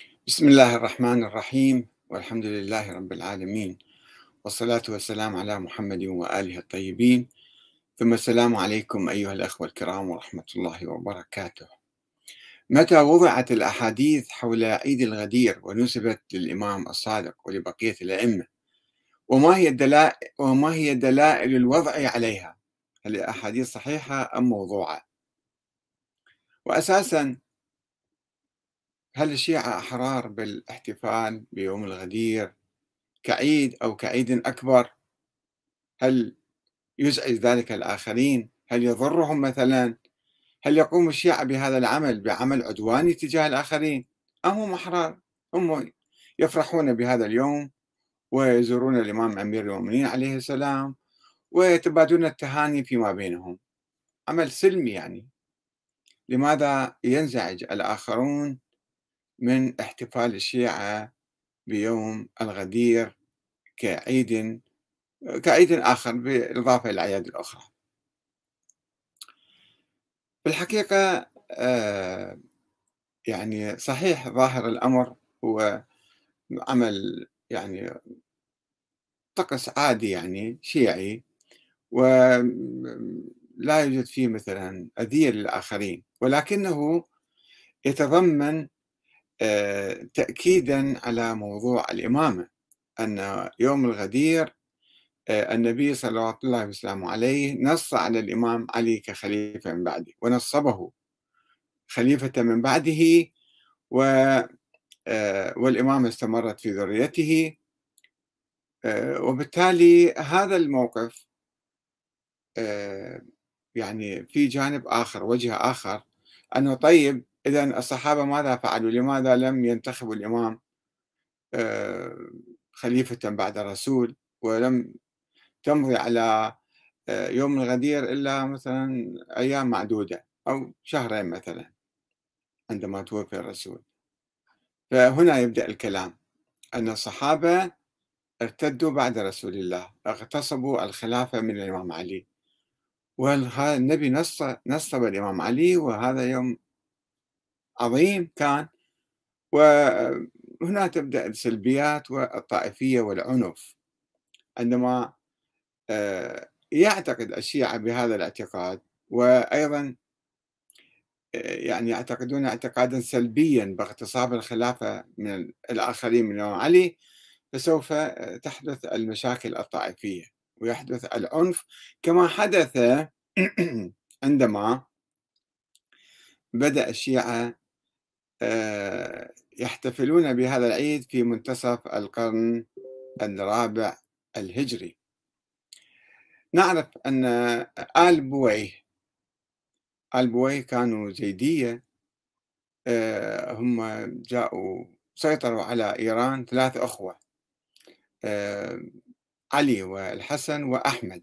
بسم الله الرحمن الرحيم والحمد لله رب العالمين والصلاة والسلام على محمد وآله الطيبين ثم السلام عليكم أيها الأخوة الكرام ورحمة الله وبركاته. متى وضعت الأحاديث حول عيد الغدير ونسبت للإمام الصادق ولبقية الأئمة؟ وما هي دلائل الوضع عليها؟ هل الأحاديث صحيحة أم موضوعة؟ وأساسا، هل الشيعة أحرار بالاحتفال بيوم الغدير كعيد أو كعيد أكبر؟ هل يزعج ذلك الآخرين؟ هل يضرهم مثلا؟ هل يقوم الشيعة بهذا العمل بعمل عدواني تجاه الآخرين؟ أم هم أحرار؟ هم يفرحون بهذا اليوم ويزورون الإمام أمير المؤمنين عليه السلام ويتبادلون التهاني فيما بينهم، عمل سلمي يعني. لماذا ينزعج الآخرون من احتفال الشيعة بيوم الغدير كعيد كعيد آخر بالإضافة إلى الأعياد الأخرى؟ بالحقيقة يعني صحيح ظاهر الأمر هو عمل يعني طقس عادي يعني شيعي، ولا يوجد فيه مثلا أذية للآخرين، ولكنه يتضمن تأكيدا على موضوع الإمامة، أن يوم الغدير النبي صلوات الله وسلامه عليه نص على الإمام علي كخليفة من بعده ونصبه خليفة من بعده، و والإمامة استمرت في ذريته. وبالتالي هذا الموقف آه، يعني في جانب آخر، وجه آخر، أنه طيب إذا الصحابة ماذا فعلوا؟ لماذا لم ينتخبوا الإمام آه، خليفة بعد رسول، ولم تمضي على يوم الغدير إلا مثلا أيام معدودة أو شهرين مثلا عندما توفي الرسول؟ فهنا يبدأ الكلام أن الصحابة ارتدوا بعد رسول الله، اغتصبوا الخلافة من الإمام علي، والنبي نصب الإمام علي، وهذا يوم عظيم كان. وهنا تبدأ السلبيات والطائفية والعنف، عندما يعتقد الشيعة بهذا الاعتقاد، وأيضا يعني يعتقدون اعتقادا سلبيا باغتصاب الخلافة من الآخرين من الإمام علي، فسوف تحدث المشاكل الطائفية ويحدث العنف، كما حدث عندما بدأ الشيعة يحتفلون بهذا العيد في منتصف القرن الرابع الهجري. نعرف أن آل بويه كانوا زيدية، هم جاءوا سيطروا على إيران، ثلاث أخوة، آه، علي والحسن وأحمد،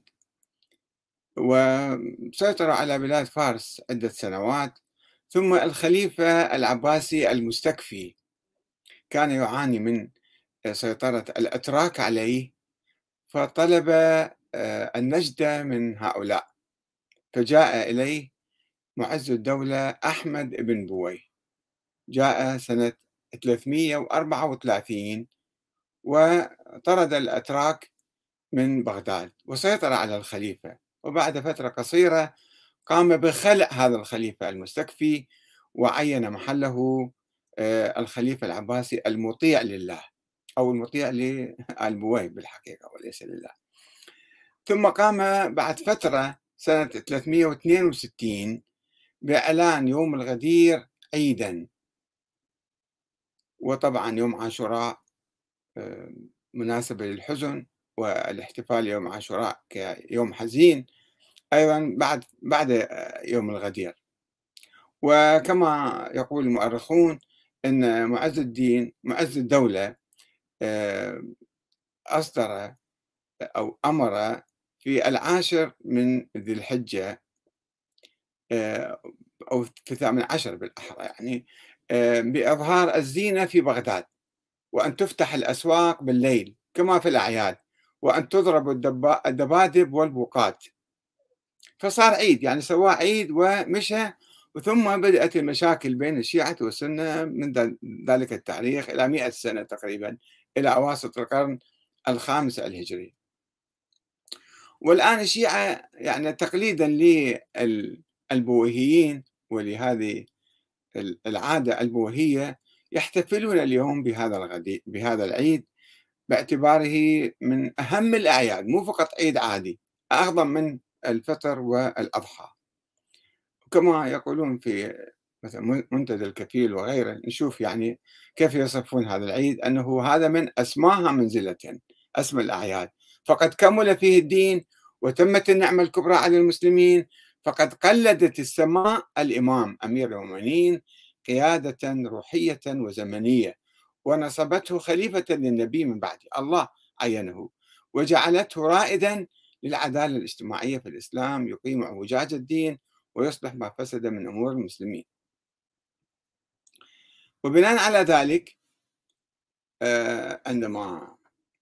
وسيطروا على بلاد فارس عدة سنوات. ثم الخليفة العباسي المستكفي كان يعاني من سيطرة الأتراك عليه، فطلب النجدة من هؤلاء، فجاء إليه معز الدولة أحمد بن بويه، جاء سنة 334 وطرد الأتراك من بغداد وسيطر على الخليفة. وبعد فترة قصيرة قام بخلع هذا الخليفة المستكفي وعين محله الخليفة العباسي المطيع لله، أو المطيع لآل بويه بالحقيقة وليس لله. ثم قام بعد فترة سنة 362 بإعلان يوم الغدير عيدا، وطبعا يوم عاشوراء آه، مناسبة للحزن، والاحتفال يوم عاشوراء كيوم حزين أيضا بعد يوم الغدير. وكما يقول المؤرخون أن معز الدولة آه، أصدر أو أمر في 10 من ذي الحجة، أو في 18 بالأحرى يعني، بإظهار الزينة في بغداد، وأن تفتح الأسواق بالليل كما في الأعياد، وأن تضرب الدبادب والبوقات. فصار عيد، يعني سواه عيد ومشى وثم بدأت المشاكل بين الشيعة والسنة من ذلك التاريخ إلى 100 سنة تقريبا، إلى أواسط القرن الخامس الهجري. والآن الشيعة يعني تقليدا للبويهيين ولهذه العادة البويهية يحتفلون اليوم بهذا العيد باعتباره من أهم الأعياد، مو فقط عيد عادي، أعظم من الفطر والأضحى. كما يقولون في مثلا منتدى الكفيل وغيره، نشوف يعني كيف يصفون هذا العيد أنه هذا من أسماها منزلة، أسمى الأعياد، فقد كمل فيه الدين وتمت النعمة الكبرى على المسلمين، فقد قلدت السماء الإمام أمير المؤمنين قيادة روحية وزمنية، ونصبته خليفة للنبي من بعده، الله عينه وجعلته رائدا للعدالة الاجتماعية في الإسلام، يقيم اعوجاج الدين ويصلح ما فسد من أمور المسلمين. وبناء على ذلك عندما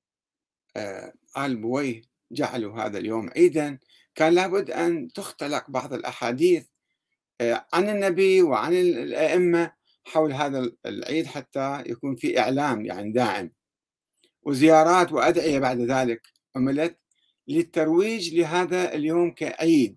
آل بويه جعلوا هذا اليوم عيدا، كان لابد أن تختلق بعض الأحاديث عن النبي وعن الأئمة حول هذا العيد حتى يكون في إعلام يعني داعم، وزيارات وأدعية بعد ذلك عملت للترويج لهذا اليوم كعيد.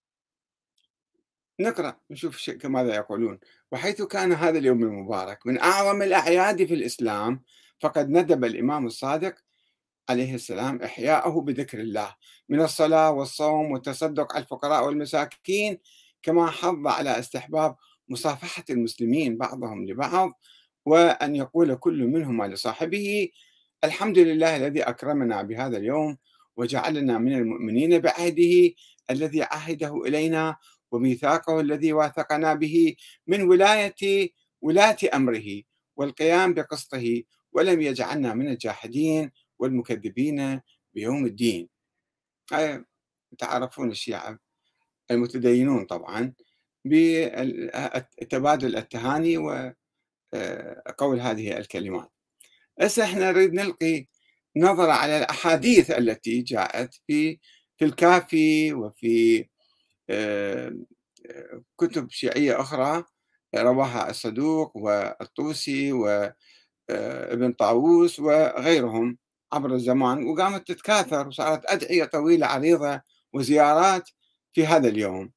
نقرأ نشوف ماذا يقولون. وحيث كان هذا اليوم المبارك من أعظم الأعياد في الإسلام، فقد ندب الإمام الصادق عليه السلام إحياءه بذكر الله من الصلاة والصوم والتصدق على الفقراء والمساكين، كما حض على استحباب مصافحة المسلمين بعضهم لبعض، وأن يقول كل منهما لصاحبه: الحمد لله الذي أكرمنا بهذا اليوم وجعلنا من المؤمنين بعهده الذي عهده إلينا وميثاقه الذي واثقنا به من ولاة أمره والقيام بقسطه، ولم يجعلنا من الجاحدين والمكذبين بيوم الدين. تعرفون الشيعة المتدينون طبعا بتبادل التهاني وقول هذه الكلمات. هسه احنا نريد نلقي نظرة على الأحاديث التي جاءت في الكافي وفي كتب شيعية أخرى رواها الصدوق والطوسي وابن طاووس وغيرهم عبر الزمان، وقامت تتكاثر وصارت أدعية طويلة عريضة وزيارات في هذا اليوم.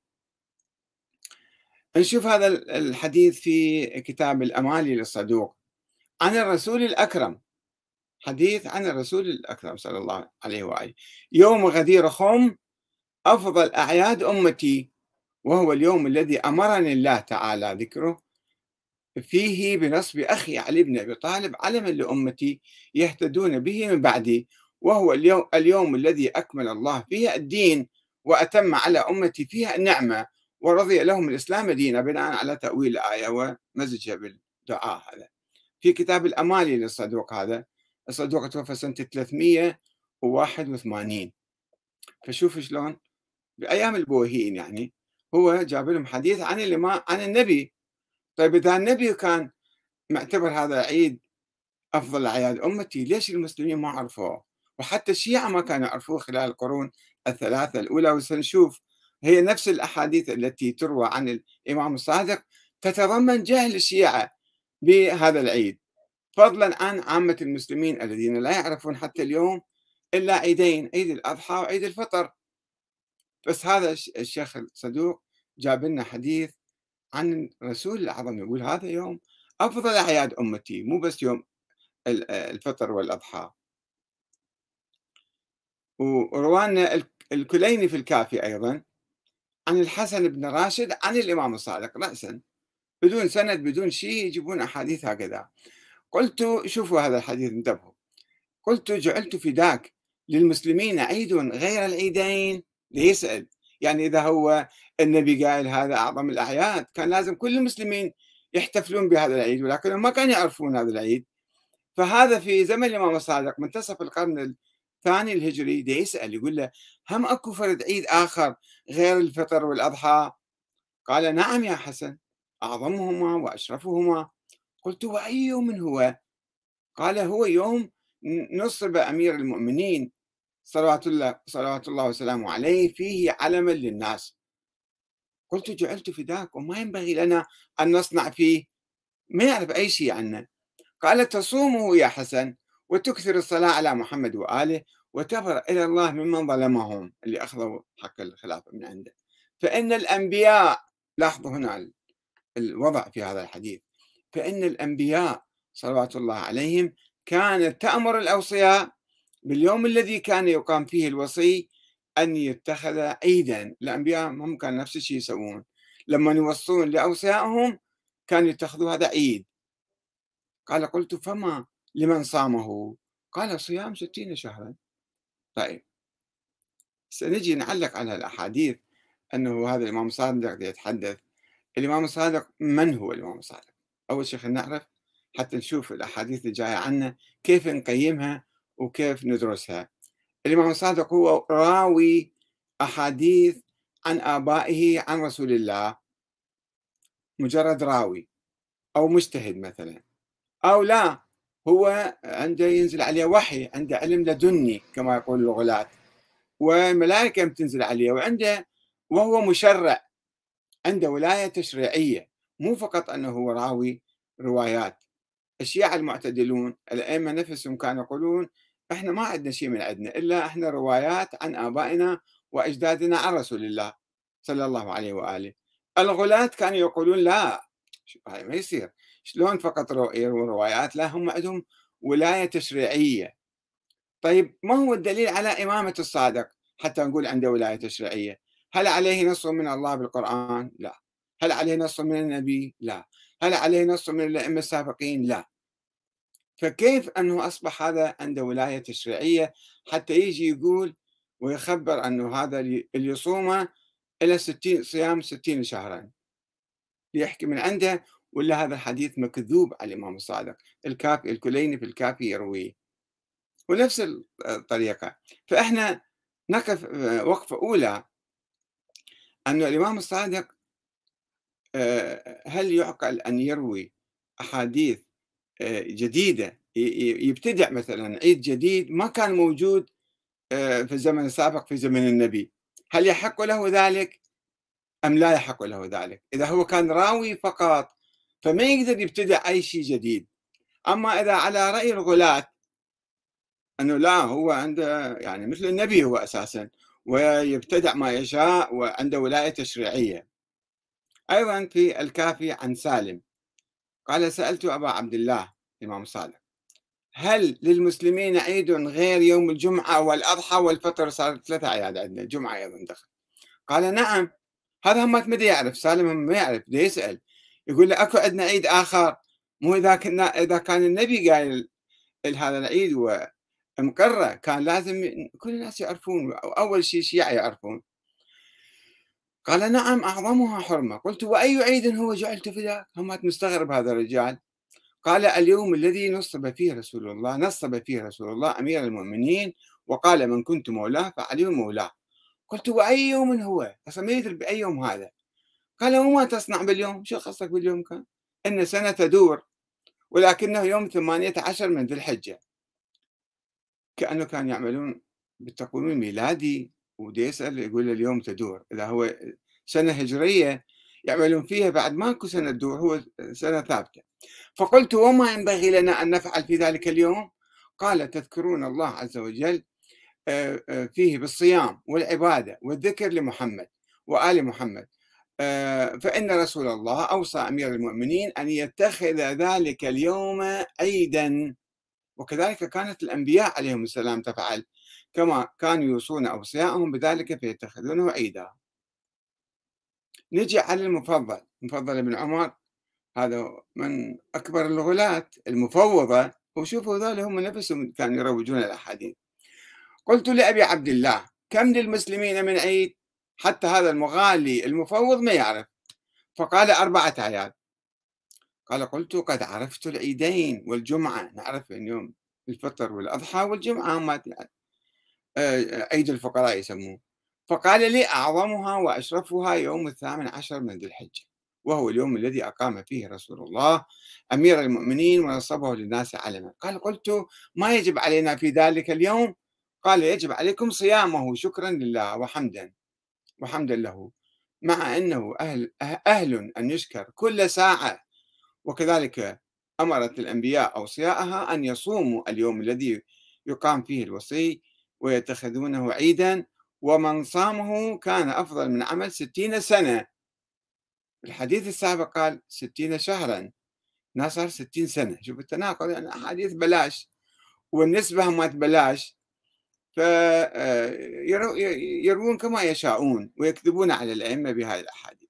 نشوف هذا الحديث في كتاب الأمالي للصدوق عن الرسول الأكرم، حديث عن الرسول الأكرم صلى الله عليه وآله: يوم غدير خم أفضل أعياد أمتي، وهو اليوم الذي أمرني الله تعالى ذكره فيه بنصب أخي علي بن أبي طالب علما لأمتي يهتدون به من بعدي، وهو اليوم الذي أكمل الله فيه الدين وأتم على أمتي فيها النعمة ورضي لهم الإسلام دينا، بناء على تأويل الآية ومزجها بالدعاء. هذا في كتاب الأمالي للصدوق. هذا الصدوق توفى سنة 381. فشوف شلون بأيام البويهيين يعني هو جاب لهم حديث عن النبي. طيب إذا النبي كان معتبر هذا عيد أفضل أعياد أمتي، ليش المسلمين ما عرفوه؟ وحتى الشيعة ما كانوا يعرفوه خلال القرون الثلاثة الأولى. وسنشوف هي نفس الأحاديث التي تروى عن الإمام الصادق تتضمن جهل الشيعة بهذا العيد، فضلا عن عامة المسلمين الذين لا يعرفون حتى اليوم إلا عيدين: عيد الأضحى وعيد الفطر. بس هذا الشيخ الصدوق جاب لنا حديث عن الرسول الأعظم يقول هذا يوم أفضل أعياد أمتي، مو بس يوم الفطر والأضحى. وروانا الكليني في الكافي أيضا عن الحسن بن راشد عن الإمام الصادق رأسا، بدون سند بدون شيء، يجيبون أحاديث هكذا. قلت شوفوا هذا الحديث انتبهوا: قلت جعلت فداك للمسلمين عيد غير العيدين. ليسأل يعني إذا هو النبي قال هذا أعظم الأعياد كان لازم كل المسلمين يحتفلون بهذا العيد، ولكنهم ما كانوا يعرفون هذا العيد. فهذا في زمن الإمام الصادق منتصف القرن الثاني الهجري دي يسأل يقول له: هم أكو فرد عيد آخر غير الفطر والأضحى؟ قال: نعم يا حسن، أعظمهما وأشرفهما. قلت: وأي يوم هو؟ قال: هو يوم نصب أمير المؤمنين صلوات الله وسلامه عليه فيه علما للناس. قلت جعلت فداك وما ينبغي لنا أن نصنع فيه، ما يعرف أي شيء عنه. قال تصومه يا حسن وتكثر الصلاة على محمد وآله وتبرأ إلى الله ممن ظلمهم اللي أخذوا حق الخلافة من عنده، فإن الأنبياء، لاحظوا هنا الوضع في هذا الحديث، فإن الأنبياء صلوات الله عليهم كانت تأمر الأوصياء باليوم الذي كان يقام فيه الوصي أن يتخذ عيدا. الأنبياء هم كان نفس الشيء يسوون، لما يوصون لأوصيائهم كانوا يتخذوا هذا عيد. قال قلت فما لمن صامه؟ قال صيام 60 شهرا. طيب سنجي نعلق على الأحاديث أنه هذا الإمام الصادق يتحدث. الإمام الصادق من هو الإمام الصادق؟ أول شيء خلينا نعرف حتى نشوف الأحاديث اللي جاية عنه كيف نقيمها وكيف ندرسها. الإمام الصادق هو راوي أحاديث عن آبائه عن رسول الله، مجرد راوي أو مجتهد مثلا، أو لا هو عنده ينزل عليه وحي، عنده علم لدني كما يقول الغلاة، وملائكة تنزل عليه، وهو مشرع، عنده ولاية تشريعية، مو فقط أنه هو راوي روايات. الشيعة المعتدلون الأئمة نفسهم كانوا يقولون احنا ما عندنا شيء من عندنا إلا احنا روايات عن آبائنا وأجدادنا عن رسول الله صلى الله عليه وآله. الغلاة كانوا يقولون لا، هاي ما يصير، شلون فقط يروون روايات؟ لا، هم عندهم ولاية تشريعية. طيب ما هو الدليل على إمامة الصادق حتى نقول عنده ولاية تشريعية؟ هل عليه نص من الله بالقرآن؟ لا. هل عليه نص من النبي؟ لا. هل عليه نص من الأئمة السابقين؟ لا. فكيف أنه أصبح هذا عنده ولاية تشريعية حتى يجي يقول ويخبر أنه هذا اللي يصومه إلى 60 صيام 60 شهرا ليحكي من عنده؟ ولا هذا الحديث مكذوب على الإمام الصادق؟ الكافي الكليني في الكافي يرويه ونفس الطريقة. فإحنا نقف وقفة أولى أن الإمام الصادق هل يعقل أن يروي أحاديث جديدة، يبتدع مثلا عيد جديد ما كان موجود في الزمن السابق في زمن النبي؟ هل يحق له ذلك أم لا يحق له ذلك؟ إذا هو كان راوي فقط فما يقدر يبتدع أي شيء جديد. أما إذا على رأي الغلاة أنه لا، هو عنده يعني مثل النبي هو أساسا ويبتدع ما يشاء وعنده ولاية تشريعية. أيضا في الكافي عن سالم قال سألت أبا عبد الله الإمام الصادق هل للمسلمين عيد غير يوم الجمعة والأضحى والفطر؟ صار 3 أعياد عندنا، الجمعة أيضا دخل. قال نعم. هذا هم ما يعرف سالم، هم ما يعرف، بده يسأل يقول له أكو عندنا عيد آخر؟ مو إذا كان النبي قايل هذا العيد ومقرة كان لازم كل الناس يعرفون، أول شيء الشيعة يعرفون. قال نعم أعظمها حرمة. قلت وأي عيد هو جعلت فداك؟ هم مستغرب هذا الرجال. قال اليوم الذي نصب فيه رسول الله أمير المؤمنين وقال من كنت مولاه فعلي مولاه. قلت وأي يوم هو؟ أصلا ما يدري بأي يوم هذا. قال وما تصنع باليوم؟ شو قصدك باليوم؟ كان إن سنة تدور ولكنه يوم 18 من ذي الحجة. كأنه كان يعملون بالتقويم الميلادي، وده يسأل يقول له اليوم تدور، إذا هو سنة هجرية يعملون فيها بعد ماكو سنة تدور، هو سنة ثابتة. فقلت وما ينبغي لنا أن نفعل في ذلك اليوم؟ قال تذكرون الله عز وجل فيه بالصيام والعبادة والذكر لمحمد وآل محمد، فإن رسول الله أوصى أمير المؤمنين أن يتخذ ذلك اليوم عيدا، وكذلك كانت الأنبياء عليهم السلام تفعل، كما كانوا يوصون أوصياءهم بذلك فيتخذونه عيدا. نجي على المفضل بن عمر، هذا من أكبر الغلاة المفوضة، وشوفوا ذول هم نفسهم كانوا يروجون الأحاديث. قلت لأبي عبد الله كم للمسلمين من عيد؟ حتى هذا المغالي المفوض ما يعرف، فقال 4 أعياد. قال قلت قد عرفت العيدين والجمعة، نعرف أن يوم الفطر والأضحى والجمعة هم عيد الفقراء يسموه. فقال لي أعظمها وأشرفها يوم 18 من ذي الحجة، وهو اليوم الذي أقام فيه رسول الله أمير المؤمنين ونصبه للناس علما. قال قلت ما يجب علينا في ذلك اليوم؟ قال يجب عليكم صيامه شكرا لله وحمدا له. مع أنه أهل أن يشكر كل ساعة، وكذلك أمرت الأنبياء أوصياءها أن يصوموا اليوم الذي يقام فيه الوصي ويتخذونه عيدا، ومن صامه كان أفضل من عمل 60 سنة. الحديث السابق قال 60 شهرا، ناس صار 60 سنة. شوف التناقض، يعني أحاديث بلاش والنسبة ما بلاش، فيروون كما يشاءون ويكذبون على الأئمة بهذه الأحاديث.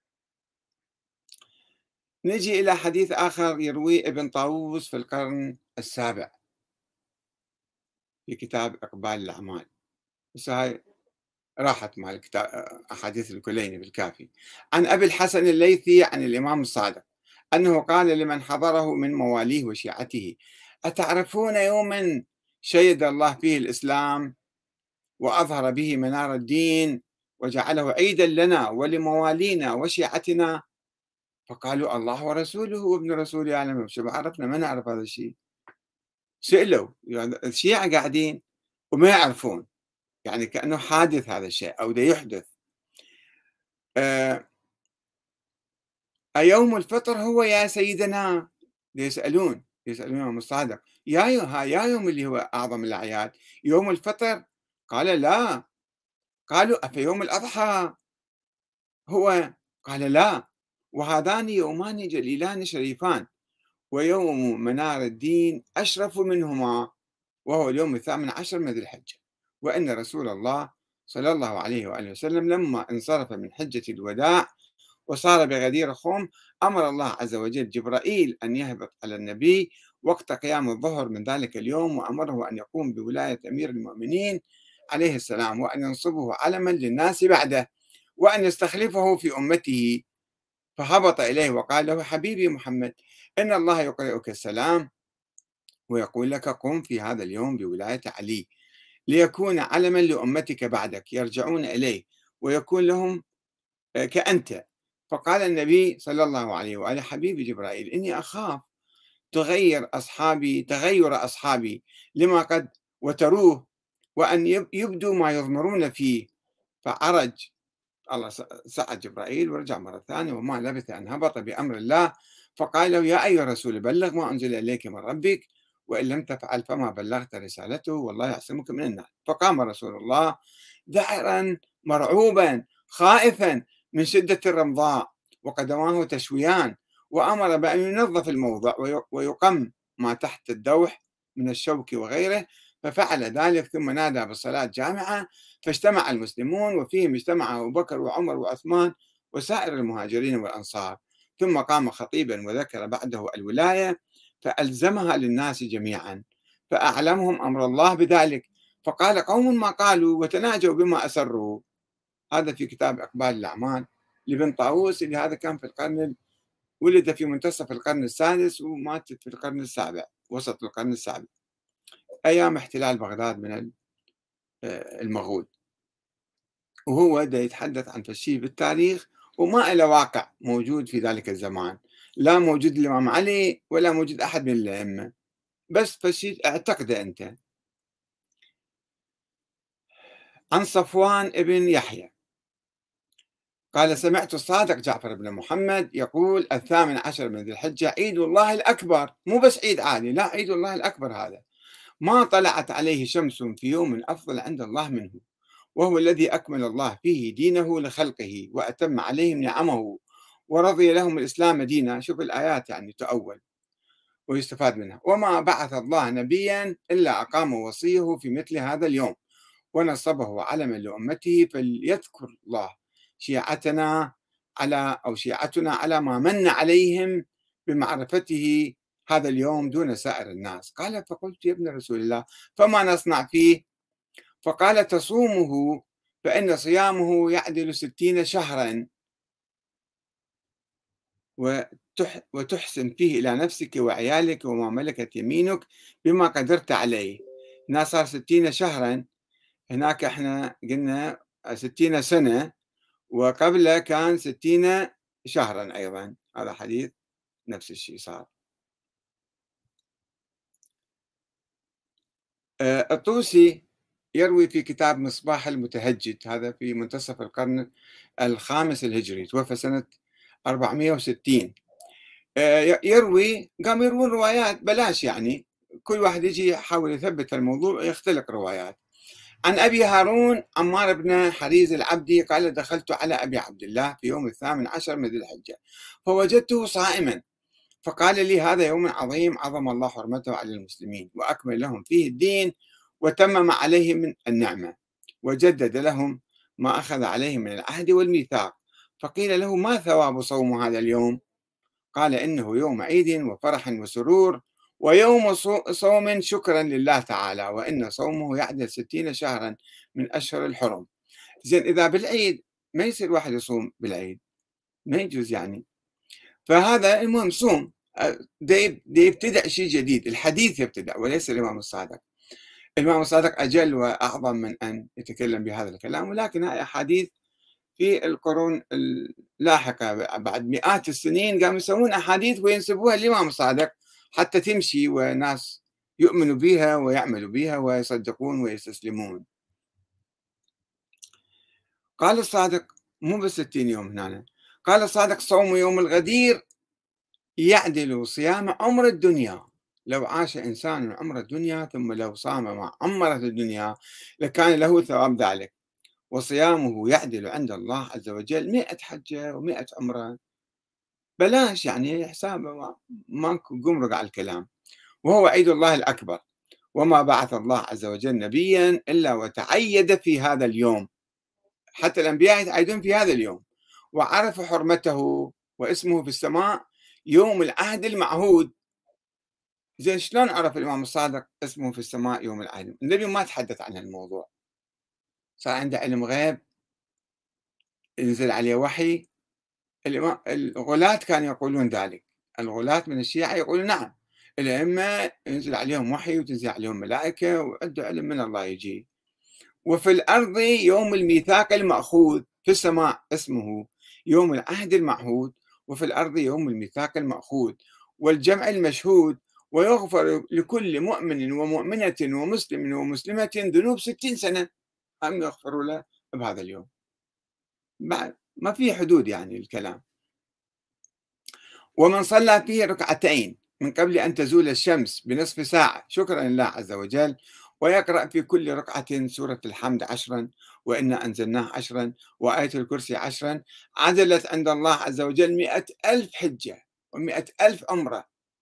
نجي إلى حديث آخر يرويه ابن طاووس في القرن السابع في كتاب إقبال الأعمال، بس هاي راحت مع الكتاب أحاديث الكليني بالكافي. عن أبي الحسن الليثي عن الإمام الصادق أنه قال لمن حضره من مواليه وشيعته: أتعرفون يوما شيد الله فيه الإسلام وأظهر به منار الدين وجعله عيدا لنا ولموالينا وشيعتنا؟ فقالوا: الله ورسوله وابن رسوله يعلم. شو عرفنا؟ ما نعرف هذا الشيء. سئلوا، يعني الشيعة قاعدين وما يعرفون، يعني كأنه حادث هذا الشيء أو دا يحدث. أيوم الفطر هو يا سيدنا؟ يسألون الإمام الصادق: يا يوم اللي هو أعظم الأعياد يوم الفطر؟ قال: لا. قالوا: أفيوم الأضحى هو؟ قال: لا. وهذان يومان جليلان شريفان، ويوم منار الدين أشرف منهما، وهو اليوم 18 من ذي الحجة. وأن رسول الله صلى الله عليه وآله وسلم لما انصرف من حجة الوداع وصار بغدير خم، أمر الله عز وجل جبرائيل أن يهبط على النبي وقت قيام الظهر من ذلك اليوم، وأمره أن يقوم بولاية أمير المؤمنين عليه السلام، وأن ينصبه علما للناس بعده، وأن يستخلفه في أمته. فهبط إليه وقال له: حبيبي محمد، إن الله يقرئك السلام ويقول لك: قم في هذا اليوم بولاية علي ليكون علما لأمتك بعدك يرجعون إليه ويكون لهم كأنت. فقال النبي صلى الله عليه وآله: حبيبي جبرائيل، إني أخاف تغير أصحابي لما قد وتروه، وأن يبدوا ما يضمرون فيه. فعرج الله، سعد جبرائيل ورجع مرة ثانية، وما لبث أن هبط بأمر الله فقال له: يا أيها الرسول، بلغ ما أنزل إليك من ربك، وإن لم تفعل فما بلغت رسالته والله يعصمك من الناس. فقام رسول الله ذعرا مرعوبا خائفا من شدة الرمضاء وقدماه تشويان، وأمر بأن ينظف الموضع ويقم ما تحت الدوح من الشوك وغيره. ففعل ذلك، ثم نادى بالصلاة جامعة، فاجتمع المسلمون، وفيهم اجتمع أبو بكر وعمر وعثمان وسائر المهاجرين والأنصار. ثم قام خطيبا وذكر بعده الولاية فألزمها للناس جميعا، فأعلمهم أمر الله بذلك. فقال قوم ما قالوا وتناجوا بما أسروا. هذا في كتاب إقبال الأعمال لابن طاووس، اللي هذا كان في ولد في منتصف القرن السادس ومات في القرن السابع، وسط القرن السابع، أيام احتلال بغداد من المغول. وهو دا يتحدث عن فشي بالتاريخ وما له واقع موجود في ذلك الزمان، لا موجود الإمام علي ولا موجود أحد من الأئمة، بس فشي اعتقده أنت. عن صفوان ابن يحيى قال: سمعت الصادق جعفر بن محمد يقول: 18 من ذي الحجة عيد الله الأكبر، مو بس عيد عادي، لا، عيد الله الأكبر هذا ما طلعت عليه شمس في يوم أفضل عند الله منه، وهو الذي أكمل الله فيه دينه لخلقه وأتم عليهم نعمه ورضي لهم الإسلام دينا. شوف الآيات يعني تؤول ويستفاد منها. وما بعث الله نبيا إلا أقام وصيه في مثل هذا اليوم ونصبه علما لأمته، فليذكر الله شيعتنا شيعتنا على ما من عليهم بمعرفته هذا اليوم دون سائر الناس. قال: فقلت يا ابن رسول الله فما نصنع فيه؟ فقال: تصومه فإن صيامه يعدل 60 شهرا، وتحسن فيه إلى نفسك وعيالك وما ملكت يمينك بما قدرت عليه. هنا صار 60 شهرا، هناك احنا قلنا 60 سنة، وقبله كان 60 شهرا أيضا، هذا حديث نفس الشيء صار. الطوسي يروي في كتاب مصباح المتهجد، هذا في منتصف القرن الخامس الهجري، توفى سنة 460. قام يروون روايات بلاش يعني، كل واحد يجي يحاول يثبت الموضوع ويختلق روايات. عن أبي هارون عمار بن حريز العبدي قال: دخلت على أبي عبد الله في يوم 18 من ذي الحجة فوجدته صائما، فقال لي: هذا يوم عظيم عظم الله حرمته على المسلمين وأكمل لهم فيه الدين وتمم عليهم من النعمة وجدد لهم ما أخذ عليهم من العهد والميثاق. فقيل له: ما ثواب صوم هذا اليوم؟ قال: إنه يوم عيد وفرح وسرور ويوم صوم شكرا لله تعالى، وإن صومه يعدل 60 شهرا من أشهر الحرم. زين، إذا بالعيد ما يصير واحد يصوم بالعيد، ما يجوز يعني. فهذا المهم صوم، دي يبتدع شيء جديد، الحديث يبتدع وليس الإمام الصادق. الإمام الصادق أجل وأعظم من أن يتكلم بهذا الكلام، ولكن هاي أحاديث في القرون اللاحقة بعد مئات السنين قاموا يسوون أحاديث وينسبوها للإمام الصادق حتى تمشي وناس يؤمنوا بها ويعملوا بها ويصدقون ويستسلمون. قال الصادق، مو بس 60 يوم هنا، قال الصادق: صوم يوم الغدير يعدل صيام عمر الدنيا. لو عاش إنسان عمر الدنيا ثم لو صام مع عمرة الدنيا لكان له ثواب ذلك، وصيامه يعدل عند الله عز وجل 100 حجة و100 عمرة. بلاش يعني حساب، ماكو قمرق على الكلام. وهو عيد الله الأكبر، وما بعث الله عز وجل نبيا إلا وتعيد في هذا اليوم، حتى الأنبياء يتعيدون في هذا اليوم، وعرفوا حرمته واسمه في السماء يوم العهد المعهود. زين، شلون عرف الإمام الصادق اسمه في السماء يوم العهد؟ النبي ما تحدث عن الموضوع، صار عنده علم غيب، ينزل عليه وحي. الغلاة كانوا يقولون ذلك، الغلاة من الشيعة يقولون نعم، الأئمة ينزل عليهم وحي وتنزل عليهم ملائكة وعنده علم من الله يجي. وفي الأرض يوم الميثاق المأخوذ، في السماء اسمه يوم العهد المعهود، وفي الأرض يوم الميثاق المأخوذ والجمع المشهود، ويغفر لكل مؤمن ومؤمنة ومسلم ومسلمة ذنوب 60 سنة، هم يغفروا له بهذا اليوم. بعد ما في حدود يعني الكلام. ومن صلى فيه ركعتين من قبل أن تزول الشمس بنصف ساعة شكرا لله عز وجل، ويقرأ في كل ركعة سورة الحمد 10 وإنا أنزلناه 10 وآية الكرسي 10، عدلت عند الله عز وجل 100,000 حجة و100,000 عمرة.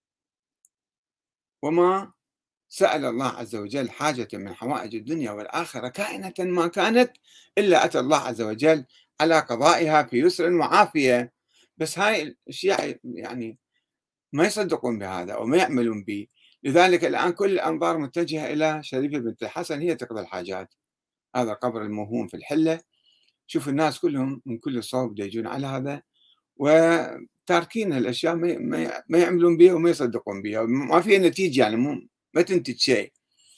وما سأل الله عز وجل حاجة من حوائج الدنيا والآخرة كائنة ما كانت إلا أتى الله عز وجل على قضائها في يسر وعافية. بس هاي الشيعة يعني ما يصدقون بهذا أو ما يعملون به. لذلك الآن كل الأنظار متجهة إلى شريفة بنت الحسن، هي تقضي الحاجات. هذا قبر الموهوم في الحلة، شوف الناس كلهم من كل الصوب يجون على هذا وتاركين الأشياء، ما يعملون بها وما يصدقون بها، ما فيها نتيجة يعني، ما تنتج شيء.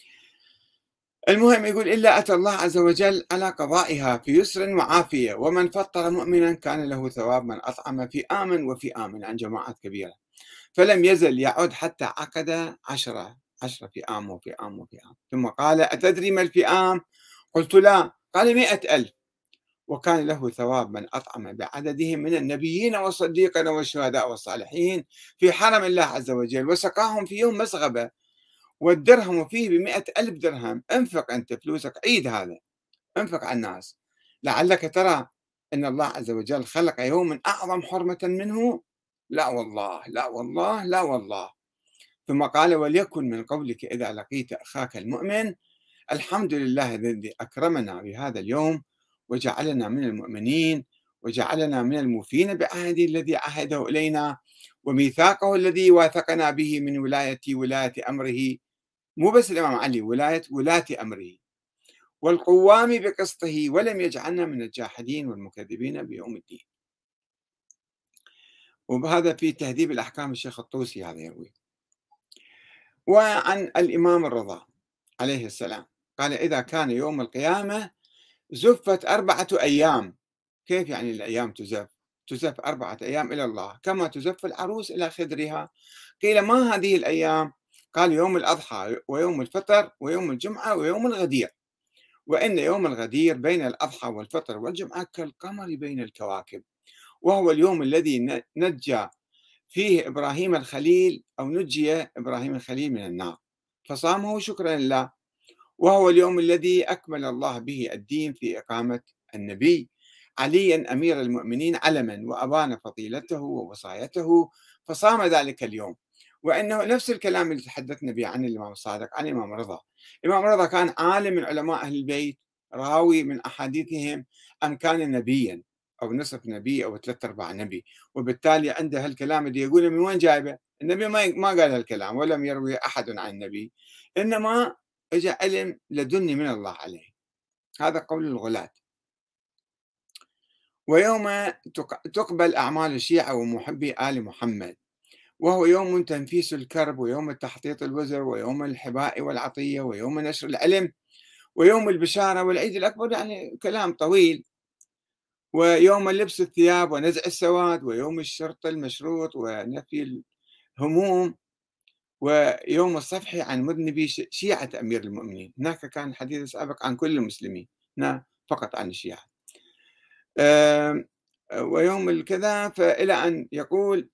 المهم يقول: إلا أتى الله عز وجل على قضائها في يسر وعافية، ومن فطر مؤمنا كان له ثواب من أطعم في آمن وفي آمن، عن جماعات كبيرة. فلم يزل يعد حتى عقد 10 فئام وفئام وفئام. ثم قال: أتدري ما الفئام؟ قلت لا. قال: 100,000، وكان له ثواب من أطعم بعددهم من النبيين والصديقين والشهداء والصالحين في حرم الله عز وجل، وسقاهم في يوم مسغبة، والدرهم فيه ب100,000 درهم. انفق أنت فلوسك، عيد هذا، انفق على الناس، لعلك ترى أن الله عز وجل خلق يوما أعظم حرمة منه. لا والله، لا والله، لا والله. ثم قال: وليكن من قولك إذا لقيت أخاك المؤمن: الحمد لله الذي أكرمنا بهذا اليوم وجعلنا من المؤمنين وجعلنا من الموفين بعهده الذي عهده إلينا وميثاقه الذي واثقنا به من ولاية أمره. مو بس الإمام علي، ولاة أمره، والقوام بقسطه، ولم يجعلنا من الجاحدين والمكذبين بيوم الدين. وبهذا في تهذيب الأحكام الشيخ الطوسي هذا يروي. وعن الإمام الرضا عليه السلام قال: إذا كان يوم القيامة زفت 4 أيام. كيف يعني الأيام تزف؟ تزف 4 أيام إلى الله كما تزف العروس إلى خدرها. قيل: ما هذه الأيام؟ قال: يوم الأضحى ويوم الفطر ويوم الجمعة ويوم الغدير. وإن يوم الغدير بين الأضحى والفطر والجمعة كالقمر بين الكواكب، وهو اليوم الذي نجى فيه إبراهيم الخليل، أو نجي إبراهيم الخليل من النار فصامه شكرا لله، وهو اليوم الذي أكمل الله به الدين في إقامة النبي عليا أمير المؤمنين علما، وأبان فضيلته ووصايته فصام ذلك اليوم. وإنه نفس الكلام اللي تحدثنا به عن الإمام الصادق، عن الإمام رضا. الإمام رضا كان عالم من علماء أهل البيت، راوي من أحاديثهم، أم كان نبيا أو نصف نبي أو ثلاثة أرباع نبي، وبالتالي عنده هالكلام اللي يقوله من وين جايبه؟ النبي ما قال هالكلام، ولم يروي أحد عن النبي، إنما اجى علم لدني من الله عليه. هذا قول الغلاة. ويوم تقبل أعمال الشيعة ومحبي آل محمد، وهو يوم تنفيس الكرب، ويوم تحطيط الوزر، ويوم الحباء والعطية، ويوم نشر العلم، ويوم البشارة والعيد الأكبر، يعني كلام طويل. ويوم لبس الثياب ونزع السواد، ويوم الشرط المشروط ونفي الهموم، ويوم الصفح عن مذنبي شيعة أمير المؤمنين. هناك كان حديث سابق عن كل المسلمين، هنا فقط عن الشيعة. ويوم الكذا، فإلى أن يقول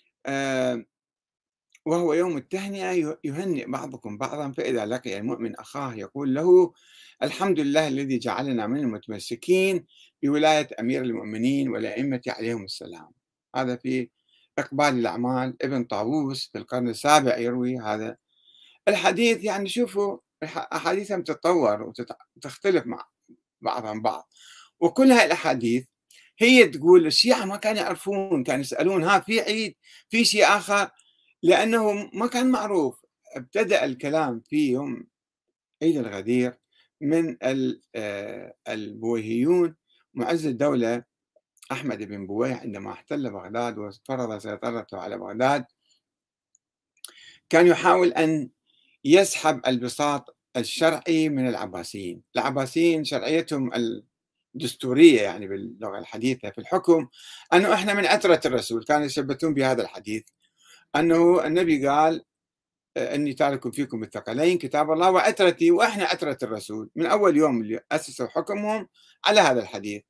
وهو يوم التهنئة، يهنئ بعضكم بعضا، فإذا لقي المؤمن أخاه يقول له الحمد لله الذي جعلنا من المتمسكين بولاية أمير المؤمنين والأئمة عليهم السلام. هذا في إقبال الأعمال، ابن طاووس في القرن السابع يروي هذا الحديث. يعني شوفوا أحاديثهم تتطور وتختلف مع بعضها عن بعض، وكل هاي الأحاديث هي تقول الشيعة ما كانوا يعرفون، كانوا يسألون ها في عيد، في شيء آخر، لأنه ما كان معروف. ابتدأ الكلام في يوم عيد الغدير من البويهيون. معز الدولة أحمد بن بويه عندما احتل بغداد وفرض سيطرته على بغداد، كان يحاول أن يسحب البساط الشرعي من العباسيين. العباسيين شرعيتهم الدستورية، يعني باللغة الحديثة في الحكم، أنه إحنا من أترة الرسول. كانوا يثبتون بهذا الحديث، أنه النبي قال إني تارك فيكم الثقلين كتاب الله وأترتي، وإحنا أترة الرسول من أول يوم اللي أسسوا حكمهم على هذا الحديث.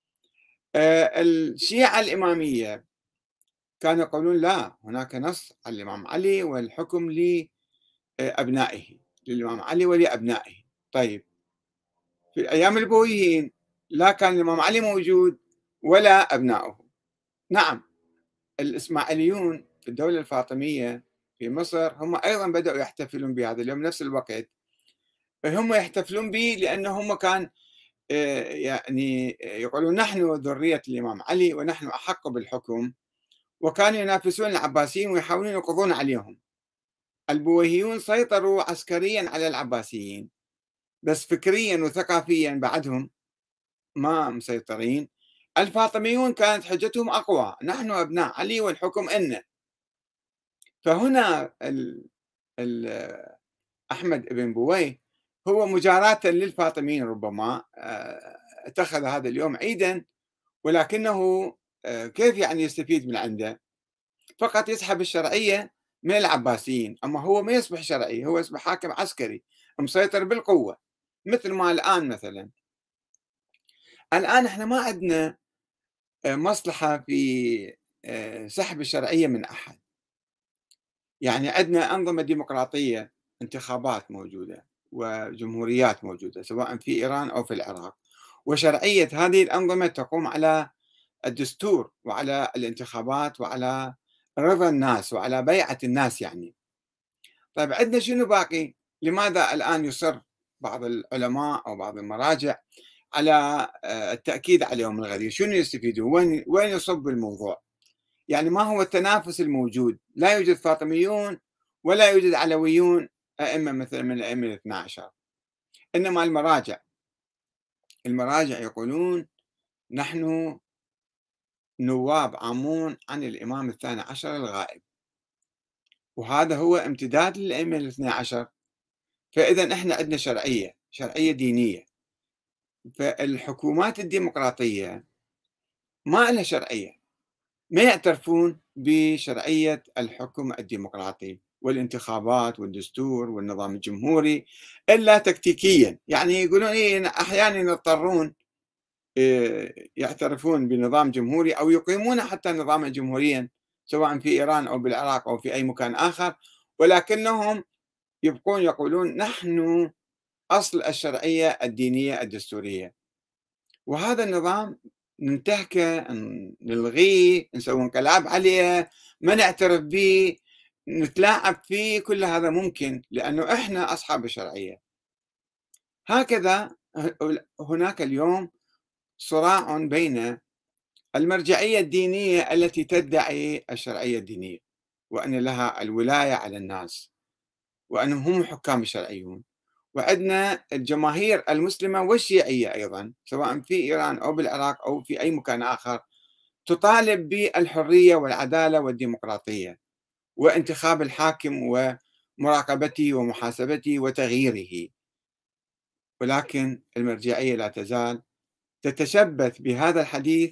الشيعة الإمامية كانوا يقولون لا، هناك نص على الإمام علي والحكم لأبنائه، للإمام علي ولأبنائه. طيب في أيام البويهيين لا كان الإمام علي موجود ولا أبنائه. نعم، الإسماعيليون في الدولة الفاطمية في مصر هم أيضا بدأوا يحتفلون بهذا اليوم نفس الوقت. هم يحتفلون به لأنه هم كان يعني يقولون نحن ذرية الإمام علي ونحن أحق بالحكم، وكانوا ينافسون العباسيين ويحاولون يقضون عليهم. البويهيون سيطروا عسكريا على العباسيين، بس فكريا وثقافيا بعدهم ما مسيطرين. الفاطميون كانت حجتهم أقوى، نحن أبناء علي والحكم إلنا. فهنا أحمد بن بويه هو مجاراة للفاطميين ربما اتخذ هذا اليوم عيدا، ولكنه كيف يعني يستفيد من عنده؟ فقط يسحب الشرعية من العباسيين، أما هو ما يصبح شرعي، هو يصبح حاكم عسكري مسيطر بالقوة، مثل ما الآن مثلا. الآن احنا ما عندنا مصلحة في سحب الشرعية من أحد. يعني عندنا أنظمة ديمقراطية، انتخابات موجودة وجمهوريات موجودة سواء في إيران أو في العراق، وشرعية هذه الأنظمة تقوم على الدستور وعلى الانتخابات وعلى رضا الناس وعلى بيعة الناس يعني. طيب عندنا شنو باقي؟ لماذا الآن يصر بعض العلماء أو بعض المراجع على التأكيد على يوم الغدير؟ شنو يستفيدون؟ وين يصب الموضوع؟ يعني ما هو التنافس الموجود؟ لا يوجد فاطميون ولا يوجد علويون أئمة مثلا من الأئمة الاثنى عشر، إنما المراجع يقولون نحن نواب عامون عن الإمام الثاني عشر الغائب، وهذا هو امتداد للأئمة الاثنى عشر. فإذا إحنا عندنا شرعية دينية. فالحكومات الديمقراطية ما لها شرعية، ما يعترفون بشرعية الحكم الديمقراطي والانتخابات والدستور والنظام الجمهوري إلا تكتيكيا، يعني يقولون إيه أحيانا يضطرون يعترفون بنظام جمهوري أو يقيمون حتى نظاما جمهوريا سواء في إيران أو بالعراق أو في أي مكان آخر، ولكنهم يبقون يقولون نحن أصل الشرعية الدينية الدستورية، وهذا النظام ننتهكه، نلغيه، نسوي انقلاب عليه، ما نعترف به، نتلاعب فيه، كل هذا ممكن لأنه إحنا أصحاب الشرعية. هكذا هناك اليوم صراع بين المرجعية الدينية التي تدعي الشرعية الدينية وأن لها الولاية على الناس وأنهم هم الحكام الشرعيون، وعندنا الجماهير المسلمة والشيعية أيضا سواء في إيران أو بالعراق أو في أي مكان آخر تطالب بالحرية والعدالة والديمقراطية وانتخاب الحاكم ومراقبته ومحاسبته وتغييره، ولكن المرجعية لا تزال تتشبث بهذا الحديث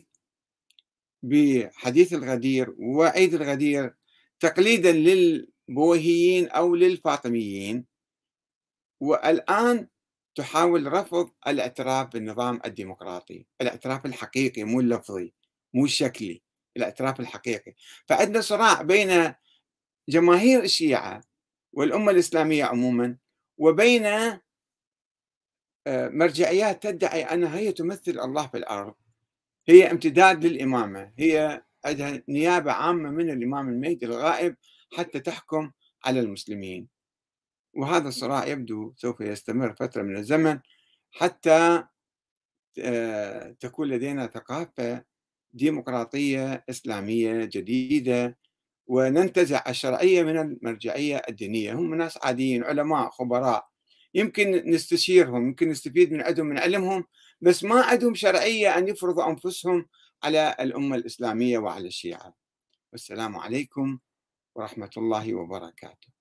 بحديث الغدير وعيد الغدير تقليدا للبويهيين أو للفاطميين، والآن تحاول رفض الاعتراف بالنظام الديمقراطي، الاعتراف الحقيقي مو اللفظي مو الشكلي، الاعتراف الحقيقي. فعندنا صراع بين جماهير الشيعة والأمة الإسلامية عموما وبين مرجعيات تدعي أنها هي تمثل الله في الأرض، هي امتداد للإمامة، هي عندها نيابة عامة من الإمام المهدي الغائب حتى تحكم على المسلمين. وهذا الصراع يبدو سوف يستمر فترة من الزمن حتى تكون لدينا ثقافة ديمقراطية إسلامية جديدة وننتزع الشرعية من المرجعية الدينية. هم ناس عاديين، علماء خبراء، يمكن نستشيرهم، يمكن نستفيد من عندهم من علمهم، بس ما عندهم شرعية أن يفرضوا أنفسهم على الأمة الإسلامية وعلى الشيعة. والسلام عليكم ورحمة الله وبركاته.